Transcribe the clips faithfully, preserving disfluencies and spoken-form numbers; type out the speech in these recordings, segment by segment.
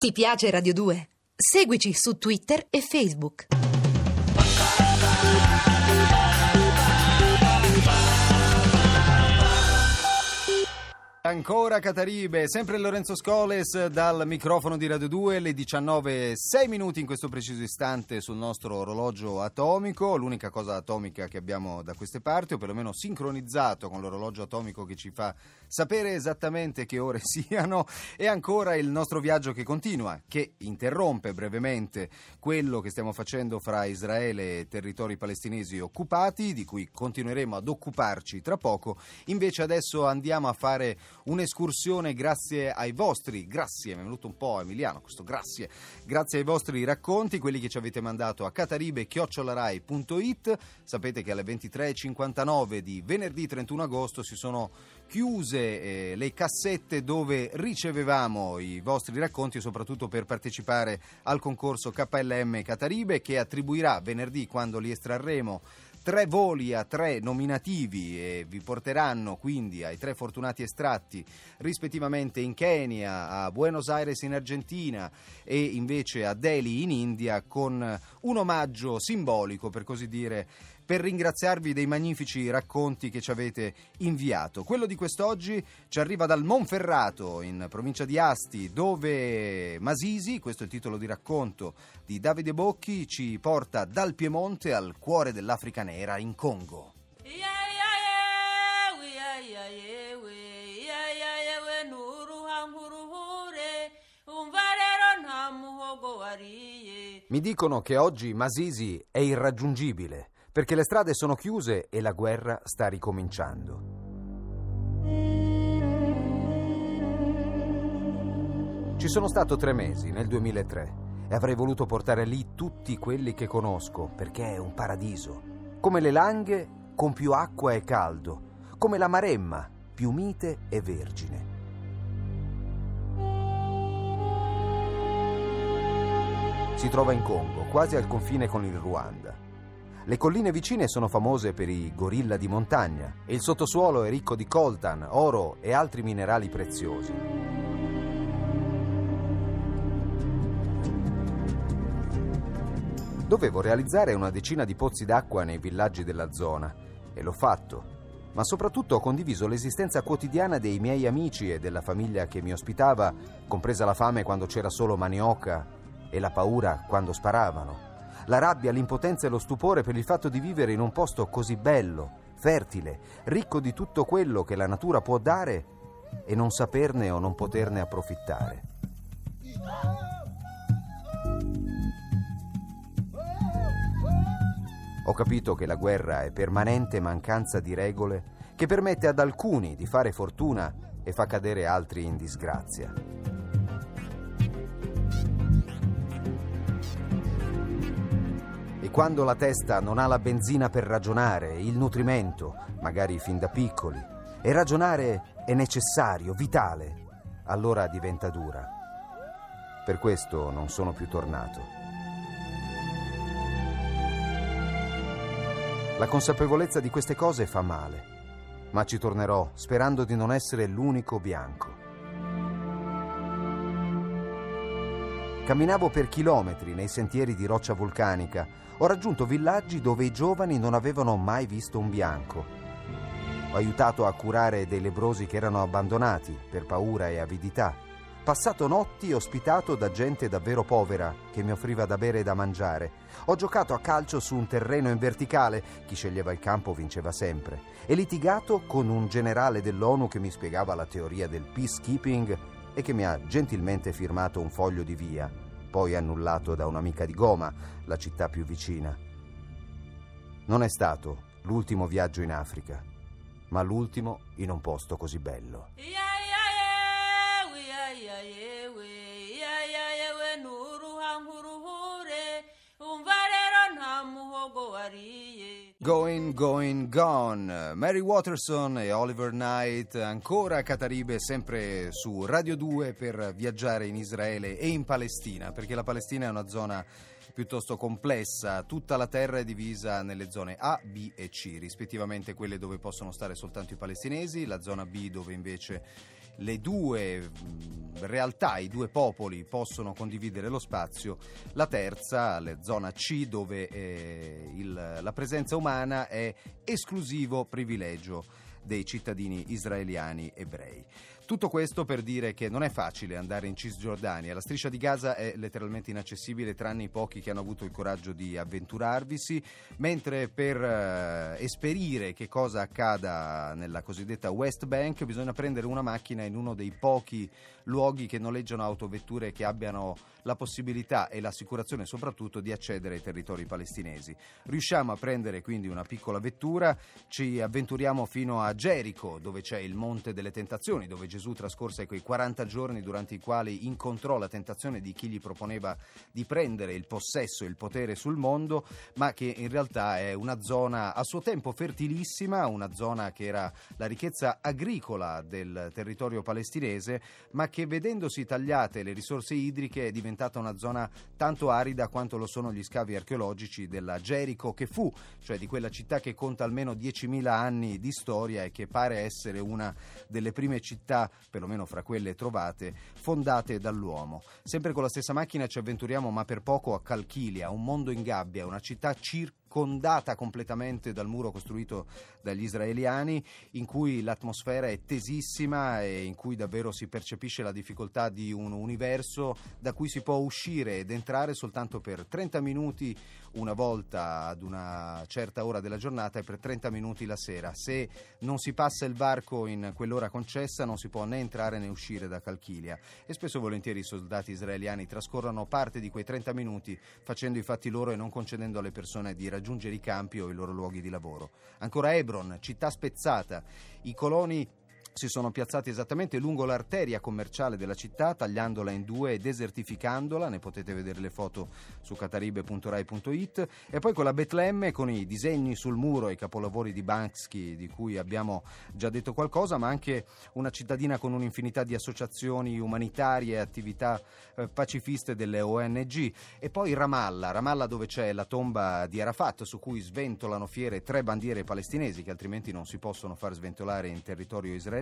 Ti piace Radio due? Seguici su Twitter e Facebook. Ancora Cataribe, sempre Lorenzo Scoles dal microfono di Radio due, le diciannove e sei minuti in questo preciso istante sul nostro orologio atomico, l'unica cosa atomica che abbiamo da queste parti, o perlomeno sincronizzato con l'orologio atomico che ci fa sapere esattamente che ore siano, e ancora il nostro viaggio che continua, che interrompe brevemente quello che stiamo facendo fra Israele e territori palestinesi occupati, di cui continueremo ad occuparci tra poco. Invece adesso andiamo a fare un'escursione grazie ai vostri, grazie, mi è venuto un po' emiliano questo grazie, grazie ai vostri racconti, quelli che ci avete mandato a cataribe chiocciola rai punto it. Sapete che alle ventitré e cinquantanove di venerdì trentuno agosto si sono chiuse eh, le cassette dove ricevevamo i vostri racconti, soprattutto per partecipare al concorso K L M Cataribe, che attribuirà venerdì, quando li estrarremo, tre voli a tre nominativi e vi porteranno quindi ai tre fortunati estratti rispettivamente in Kenya, a Buenos Aires in Argentina e invece a Delhi in India, con un omaggio simbolico, per così dire, per ringraziarvi dei magnifici racconti che ci avete inviato. Quello di quest'oggi ci arriva dal Monferrato, in provincia di Asti, dove Masisi, questo è il titolo di racconto di Davide Bocchi, ci porta dal Piemonte al cuore dell'Africa nera, in Congo. Mi dicono che oggi Masisi è irraggiungibile, perché le strade sono chiuse e la guerra sta ricominciando. Ci sono stato tre mesi nel duemilatré e avrei voluto portare lì tutti quelli che conosco, perché è un paradiso. Come le Langhe, con più acqua e caldo, come la Maremma, più mite e vergine. Si trova in Congo, quasi al confine con il Ruanda. Le colline vicine sono famose per i gorilla di montagna e il sottosuolo è ricco di coltan, oro e altri minerali preziosi. Dovevo realizzare una decina di pozzi d'acqua nei villaggi della zona e l'ho fatto, ma soprattutto ho condiviso l'esistenza quotidiana dei miei amici e della famiglia che mi ospitava, compresa la fame quando c'era solo manioca e la paura quando sparavano. La rabbia, l'impotenza e lo stupore per il fatto di vivere in un posto così bello, fertile, ricco di tutto quello che la natura può dare e non saperne o non poterne approfittare. Ho capito che la guerra è permanente mancanza di regole che permette ad alcuni di fare fortuna e fa cadere altri in disgrazia. Quando la testa non ha la benzina per ragionare, il nutrimento, magari fin da piccoli, e ragionare è necessario, vitale, allora diventa dura. Per questo non sono più tornato. La consapevolezza di queste cose fa male, ma ci tornerò sperando di non essere l'unico bianco. Camminavo per chilometri nei sentieri di roccia vulcanica. Ho raggiunto villaggi dove i giovani non avevano mai visto un bianco. Ho aiutato a curare dei lebbrosi che erano abbandonati per paura e avidità. Passato notti ospitato da gente davvero povera che mi offriva da bere e da mangiare. Ho giocato a calcio su un terreno in verticale, chi sceglieva il campo vinceva sempre, e litigato con un generale dell'ONU che mi spiegava la teoria del peacekeeping e che mi ha gentilmente firmato un foglio di via, poi annullato da un'amica di Goma, la città più vicina. Non è stato l'ultimo viaggio in Africa, ma l'ultimo in un posto così bello. Going, going, gone. Mary Waterson e Oliver Knight, ancora a Cataribe, sempre su Radio due, per viaggiare in Israele e in Palestina, perché la Palestina è una zona piuttosto complessa. Tutta la terra è divisa nelle zone A, B e C, rispettivamente quelle dove possono stare soltanto i palestinesi, la zona B dove invece le due realtà, i due popoli possono condividere lo spazio, la terza, la zona C, dove eh, il, la presenza umana è esclusivo privilegio dei cittadini israeliani ebrei. Tutto questo per dire che non è facile andare in Cisgiordania. La striscia di Gaza è letteralmente inaccessibile, tranne i pochi che hanno avuto il coraggio di avventurarvisi, mentre per eh, esperire che cosa accada nella cosiddetta West Bank bisogna prendere una macchina in uno dei pochi luoghi che noleggiano autovetture che abbiano la possibilità e l'assicurazione soprattutto di accedere ai territori palestinesi. Riusciamo a prendere quindi una piccola vettura, ci avventuriamo fino a Gerico, dove c'è il Monte delle Tentazioni, dove Gesù trascorse quei quaranta giorni durante i quali incontrò la tentazione di chi gli proponeva di prendere il possesso e il potere sul mondo, ma che in realtà è una zona a suo tempo fertilissima, una zona che era la ricchezza agricola del territorio palestinese, ma che vedendosi tagliate le risorse idriche è diventata una zona tanto arida quanto lo sono gli scavi archeologici della Gerico che fu, cioè di quella città che conta almeno diecimila anni di storia e che pare essere una delle prime città, perlomeno fra quelle trovate, fondate dall'uomo. Sempre con la stessa macchina ci avventuriamo, ma per poco, a Calchilia, un mondo in gabbia, una città circa condata completamente dal muro costruito dagli israeliani, in cui l'atmosfera è tesissima e in cui davvero si percepisce la difficoltà di un universo da cui si può uscire ed entrare soltanto per trenta minuti una volta ad una certa ora della giornata e per trenta minuti la sera. Se non si passa il varco in quell'ora concessa non si può né entrare né uscire da Calchilia, e spesso e volentieri i soldati israeliani trascorrono parte di quei trenta minuti facendo i fatti loro e non concedendo alle persone di raggiungere i campi o i loro luoghi di lavoro. Ancora Hebron, città spezzata, i coloni si sono piazzati esattamente lungo l'arteria commerciale della città, tagliandola in due e desertificandola, ne potete vedere le foto su cataribe punto rai punto it, e poi con la Betlemme, con i disegni sul muro e i capolavori di Banksy di cui abbiamo già detto qualcosa, ma anche una cittadina con un'infinità di associazioni umanitarie e attività eh, pacifiste delle O N G, e poi Ramallah, Ramallah dove c'è la tomba di Arafat su cui sventolano fiere tre bandiere palestinesi che altrimenti non si possono far sventolare in territorio israeliano.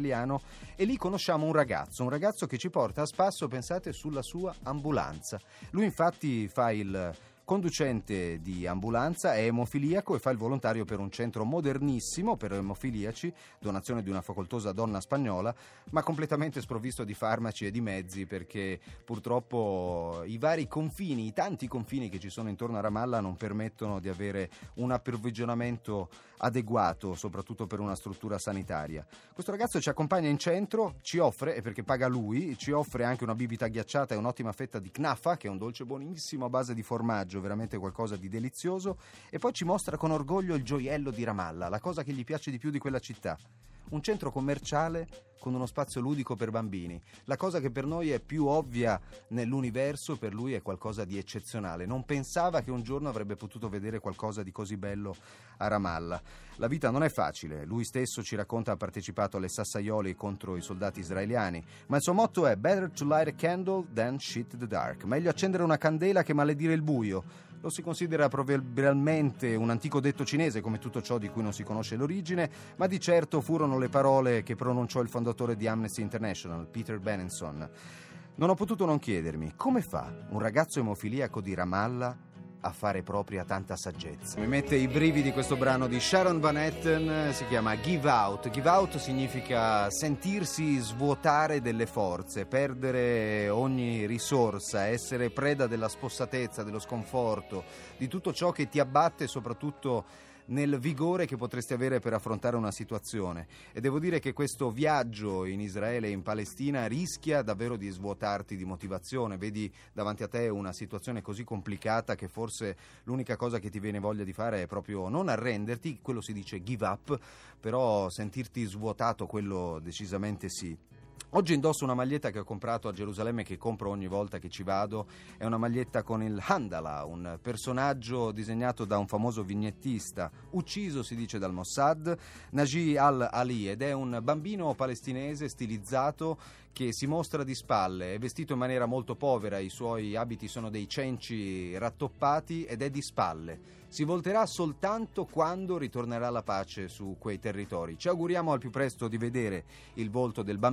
E lì conosciamo un ragazzo, un ragazzo che ci porta a spasso, pensate, sulla sua ambulanza. Lui infatti fa il conducente di ambulanza, è emofiliaco e fa il volontario per un centro modernissimo per emofiliaci, donazione di una facoltosa donna spagnola, ma completamente sprovvisto di farmaci e di mezzi, perché purtroppo i vari confini, i tanti confini che ci sono intorno a Ramallah non permettono di avere un approvvigionamento adeguato, soprattutto per una struttura sanitaria. Questo ragazzo ci accompagna in centro, ci offre, e perché paga lui, ci offre anche una bibita ghiacciata e un'ottima fetta di knafa, che è un dolce buonissimo a base di formaggio, veramente qualcosa di delizioso, e poi ci mostra con orgoglio il gioiello di Ramallah, la cosa che gli piace di più di quella città. Un centro commerciale con uno spazio ludico per bambini. La cosa che per noi è più ovvia nell'universo, per lui è qualcosa di eccezionale. Non pensava che un giorno avrebbe potuto vedere qualcosa di così bello a Ramallah. La vita non è facile. Lui stesso ci racconta ha partecipato alle sassaioli contro i soldati israeliani, ma il suo motto è "Better to light a candle than shit the dark". Meglio accendere una candela che maledire il buio. Lo si considera proverbialmente un antico detto cinese, come tutto ciò di cui non si conosce l'origine, ma di certo furono le parole che pronunciò il fondatore di Amnesty International, Peter Benenson. Non ho potuto non chiedermi come fa un ragazzo emofiliaco di Ramallah a fare propria tanta saggezza. Mi mette i brividi questo brano di Sharon Van Etten, si chiama Give Out. Give Out significa sentirsi svuotare delle forze, perdere ogni risorsa, essere preda della spossatezza, dello sconforto, di tutto ciò che ti abbatte, soprattutto nel vigore che potresti avere per affrontare una situazione. E devo dire che questo viaggio in Israele e in Palestina rischia davvero di svuotarti di motivazione. Vedi davanti a te una situazione così complicata che forse l'unica cosa che ti viene voglia di fare è proprio non arrenderti, quello si dice give up, però sentirti svuotato, quello decisamente sì. Oggi indosso una maglietta che ho comprato a Gerusalemme, che compro ogni volta che ci vado. È una maglietta con il Handala, un personaggio disegnato da un famoso vignettista, ucciso si dice dal Mossad, Naji al-Ali, ed è un bambino palestinese stilizzato che si mostra di spalle, è vestito in maniera molto povera, i suoi abiti sono dei cenci rattoppati ed è di spalle. Si volterà soltanto quando ritornerà la pace su quei territori. Ci auguriamo al più presto di vedere il volto del bambino, del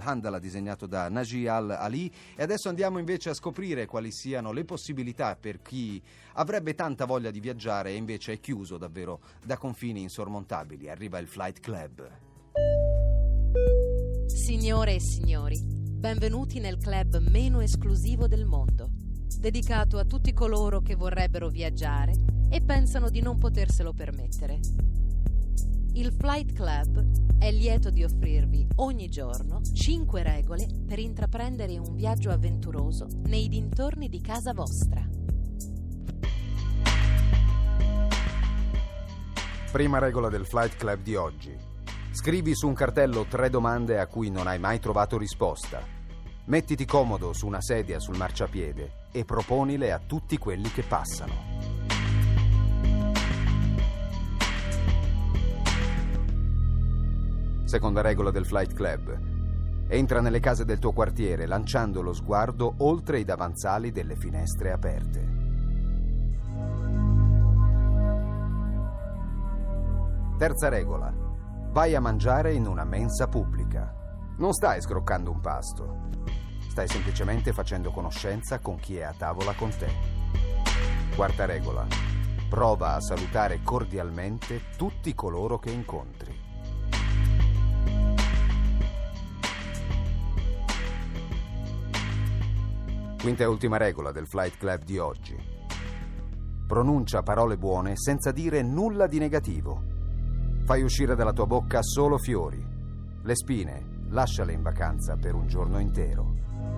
Handala disegnato da Naji Al-Ali. E adesso andiamo invece a scoprire quali siano le possibilità per chi avrebbe tanta voglia di viaggiare e invece è chiuso davvero da confini insormontabili. Arriva il Flight Club. Signore e signori, benvenuti nel club meno esclusivo del mondo, dedicato a tutti coloro che vorrebbero viaggiare e pensano di non poterselo permettere. Il Flight Club è lieto di offrirvi ogni giorno cinque regole per intraprendere un viaggio avventuroso nei dintorni di casa vostra. Prima regola del Flight Club di oggi. Scrivi su un cartello tre domande a cui non hai mai trovato risposta. Mettiti comodo su una sedia sul marciapiede e proponile a tutti quelli che passano. Seconda regola del Flight Club. Entra nelle case del tuo quartiere lanciando lo sguardo oltre i davanzali delle finestre aperte. Terza regola. Vai a mangiare in una mensa pubblica. Non stai scroccando un pasto. Stai semplicemente facendo conoscenza con chi è a tavola con te. Quarta regola. Prova a salutare cordialmente tutti coloro che incontri. Quinta e ultima regola del Flight Club di oggi. Pronuncia parole buone senza dire nulla di negativo. Fai uscire dalla tua bocca solo fiori. Le spine, lasciale in vacanza per un giorno intero.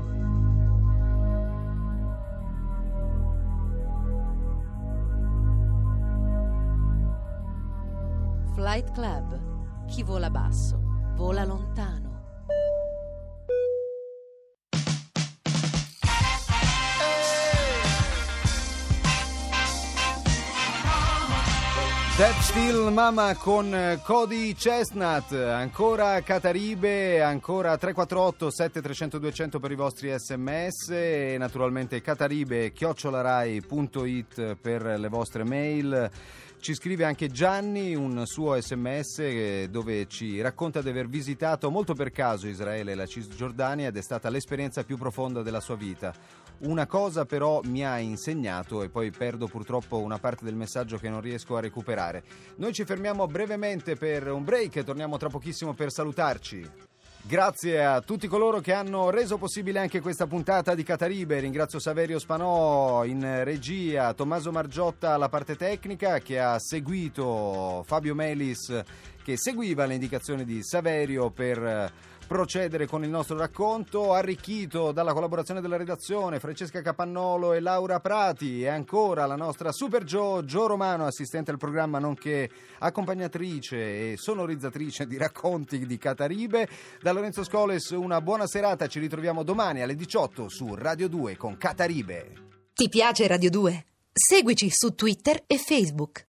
Flight Club. Chi vola basso, vola lontano. That Still Mama con Cody Chestnut, ancora Cataribe, ancora tre quattro otto sette tre zero zero due zero zero per i vostri sms e naturalmente cataribe chiocciola rai punto it per le vostre mail. Ci scrive anche Gianni un suo sms dove ci racconta di aver visitato molto per caso Israele e la Cisgiordania ed è stata l'esperienza più profonda della sua vita. Una cosa però mi ha insegnato e poi perdo purtroppo una parte del messaggio che non riesco a recuperare. Noi ci fermiamo brevemente per un break e torniamo tra pochissimo per salutarci. Grazie a tutti coloro che hanno reso possibile anche questa puntata di Cataribe. Ringrazio Saverio Spanò in regia, Tommaso Margiotta alla parte tecnica che ha seguito Fabio Melis che seguiva le indicazioni di Saverio per procedere con il nostro racconto, arricchito dalla collaborazione della redazione Francesca Capannolo e Laura Prati e ancora la nostra Super Gio, Gio Romano, assistente al programma nonché accompagnatrice e sonorizzatrice di racconti di Cataribe. Da Lorenzo Scoles una buona serata, ci ritroviamo domani alle diciotto su Radio due con Cataribe. Ti piace Radio due? Seguici su Twitter e Facebook.